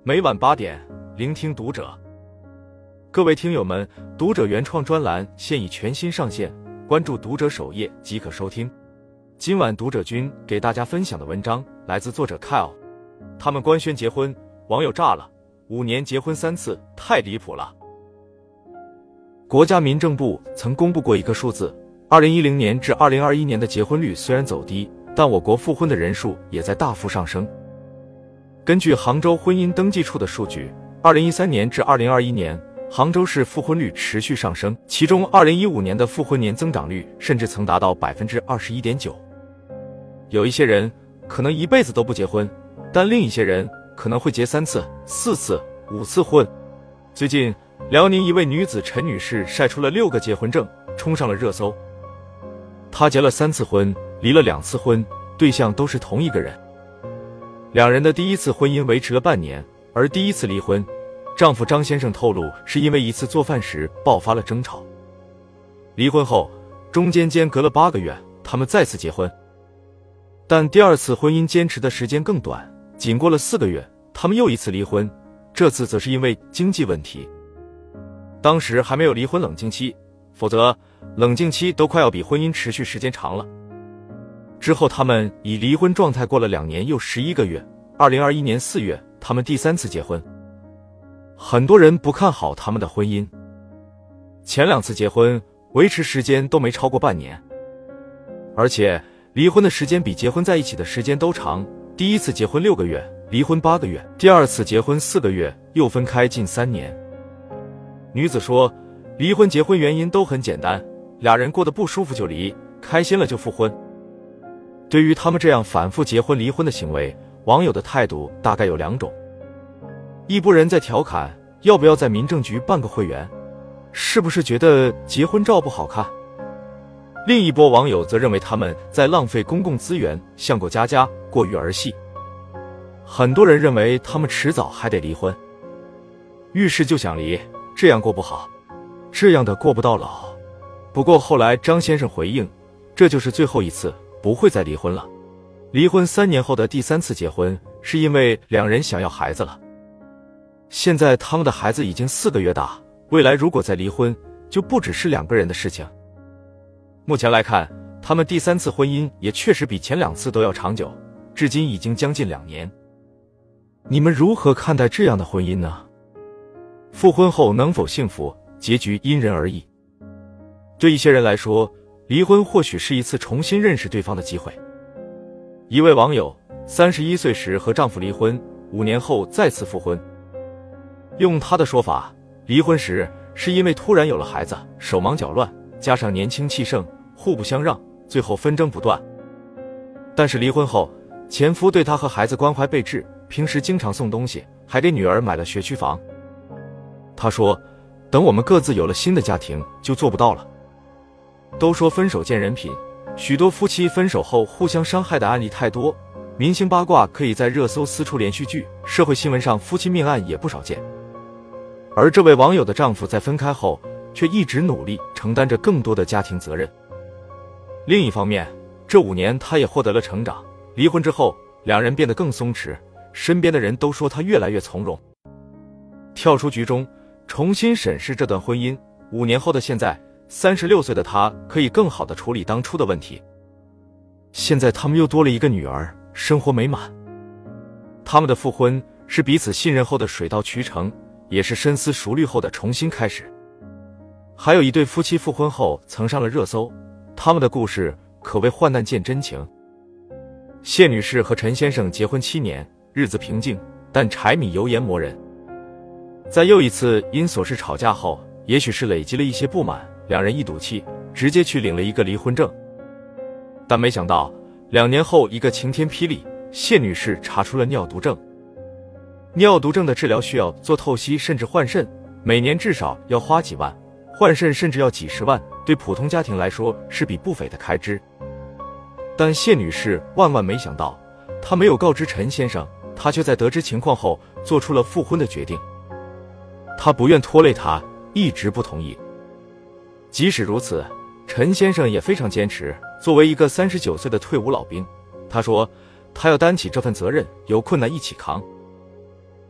每晚8点，聆听读者。各位听友们，读者原创专栏现已全新上线，关注读者首页即可收听。今晚读者君给大家分享的文章来自作者 Kyle。他们官宣结婚，网友炸了，5年结婚3次，太离谱了。国家民政部曾公布过一个数字，2010年至2021年的结婚率虽然走低，但我国复婚的人数也在大幅上升。根据杭州婚姻登记处的数据，2013年至2021年，杭州市复婚率持续上升，其中2015年的复婚年增长率甚至曾达到 21.9%。有一些人可能一辈子都不结婚，但另一些人可能会结3次、4次、5次婚。最近，辽宁一位女子陈女士晒出了6个结婚证，冲上了热搜。她结了3次婚，离了2次婚，对象都是同一个人。两人的第一次婚姻维持了半年，而第一次离婚，丈夫张先生透露是因为一次做饭时爆发了争吵。离婚后，中间间隔了8个月，他们再次结婚。但第二次婚姻坚持的时间更短，仅过了4个月，他们又一次离婚，这次则是因为经济问题。当时还没有离婚冷静期，否则冷静期都快要比婚姻持续时间长了。之后他们以离婚状态过了2年又11个月，2021年4月，他们第3次结婚。很多人不看好他们的婚姻，前2次结婚维持时间都没超过半年，而且离婚的时间比结婚在一起的时间都长，第一次结婚6个月，离婚8个月，第二次结婚4个月，又分开近3年。女子说，离婚结婚原因都很简单，俩人过得不舒服就离，开心了就复婚。对于他们这样反复结婚离婚的行为，网友的态度大概有2种。一拨人在调侃，要不要在民政局办个会员？是不是觉得结婚照不好看？另一波网友则认为他们在浪费公共资源，像过家家，过于儿戏。很多人认为他们迟早还得离婚，遇事就想离，这样过不好，这样的过不到老。不过后来张先生回应，这就是最后一次，不会再离婚了。离婚3年后的第3次结婚，是因为两人想要孩子了。现在他们的孩子已经4个月大，未来如果再离婚，就不只是2个人的事情。目前来看，他们第3次婚姻也确实比前2次都要长久，至今已经将近2年。你们如何看待这样的婚姻呢？复婚后能否幸福，结局因人而异。对一些人来说，离婚或许是一次重新认识对方的机会。一位网友31岁时和丈夫离婚，5年后再次复婚。用他的说法，离婚时是因为突然有了孩子，手忙脚乱，加上年轻气盛，互不相让，最后纷争不断。但是离婚后，前夫对她和孩子关怀备至，平时经常送东西，还给女儿买了学区房。他说，等我们各自有了新的家庭，就做不到了。都说分手见人品，许多夫妻分手后互相伤害的案例太多，明星八卦可以在热搜撕出连续剧，社会新闻上夫妻命案也不少见。而这位网友的丈夫在分开后，却一直努力承担着更多的家庭责任。另一方面，这5年他也获得了成长，离婚之后，两人变得更松弛，身边的人都说他越来越从容。跳出局中，重新审视这段婚姻，5年后的现在，36岁的他可以更好地处理当初的问题。现在他们又多了一个女儿，生活美满。他们的复婚是彼此信任后的水到渠成，也是深思熟虑后的重新开始。还有一对夫妻复婚后曾上了热搜，他们的故事可谓患难见真情。谢女士和陈先生结婚7年，日子平静，但柴米油盐磨人。在又一次因琐事吵架后，也许是累积了一些不满，两人一赌气，直接去领了一个离婚证。但没想到2年后一个晴天霹雳，谢女士查出了尿毒症。尿毒症的治疗需要做透析甚至换肾，每年至少要花几万，换肾甚至要几十万，对普通家庭来说是笔不菲的开支。但谢女士万万没想到，她没有告知陈先生，她却在得知情况后做出了复婚的决定。她不愿拖累他，一直不同意。即使如此，陈先生也非常坚持。作为一个39岁的退伍老兵，他说他要担起这份责任，有困难一起扛。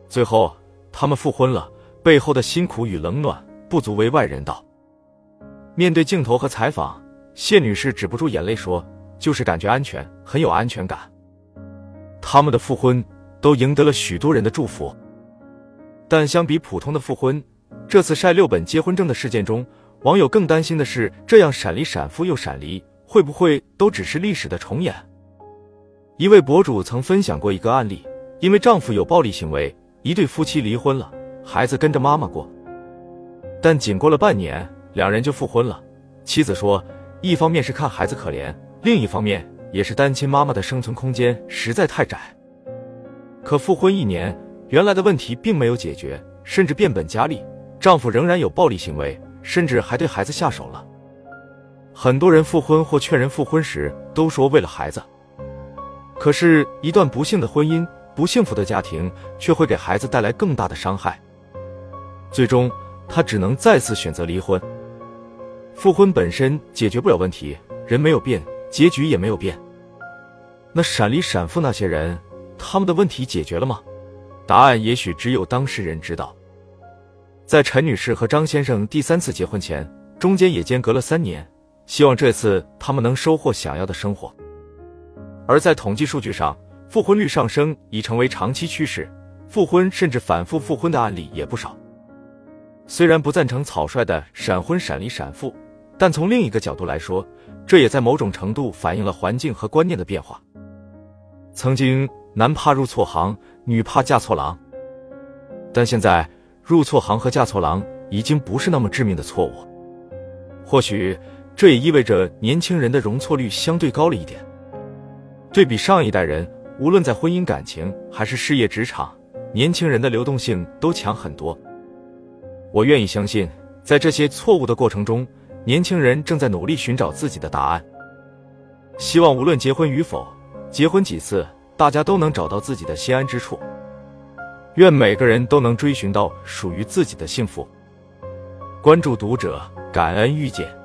最后他们复婚了，背后的辛苦与冷暖不足为外人道。面对镜头和采访，谢女士止不住眼泪说，就是感觉安全，很有安全感。他们的复婚都赢得了许多人的祝福。但相比普通的复婚，这次晒6本结婚证的事件中，网友更担心的是，这样闪离闪复又闪离，会不会都只是历史的重演？一位博主曾分享过一个案例，因为丈夫有暴力行为，一对夫妻离婚了，孩子跟着妈妈过。但仅过了半年，两人就复婚了。妻子说，一方面是看孩子可怜，另一方面也是单亲妈妈的生存空间实在太窄。可复婚1年，原来的问题并没有解决，甚至变本加厉，丈夫仍然有暴力行为，甚至还对孩子下手了。很多人复婚或劝人复婚时都说为了孩子，可是一段不幸的婚姻，不幸福的家庭却会给孩子带来更大的伤害。最终他只能再次选择离婚。复婚本身解决不了问题，人没有变，结局也没有变。那闪离闪复那些人，他们的问题解决了吗？答案也许只有当事人知道。在陈女士和张先生第3次结婚前，中间也间隔了3年，希望这次他们能收获想要的生活。而在统计数据上，复婚率上升已成为长期趋势，复婚甚至反复复婚的案例也不少。虽然不赞成草率的闪婚闪离闪复，但从另一个角度来说，这也在某种程度反映了环境和观念的变化。曾经男怕入错行，女怕嫁错郎，但现在入错行和嫁错郎已经不是那么致命的错误。或许这也意味着年轻人的容错率相对高了一点。对比上一代人，无论在婚姻感情还是事业职场，年轻人的流动性都强很多。我愿意相信，在这些错误的过程中，年轻人正在努力寻找自己的答案。希望无论结婚与否，结婚几次，大家都能找到自己的心安之处。愿每个人都能追寻到属于自己的幸福。关注读者，感恩遇见。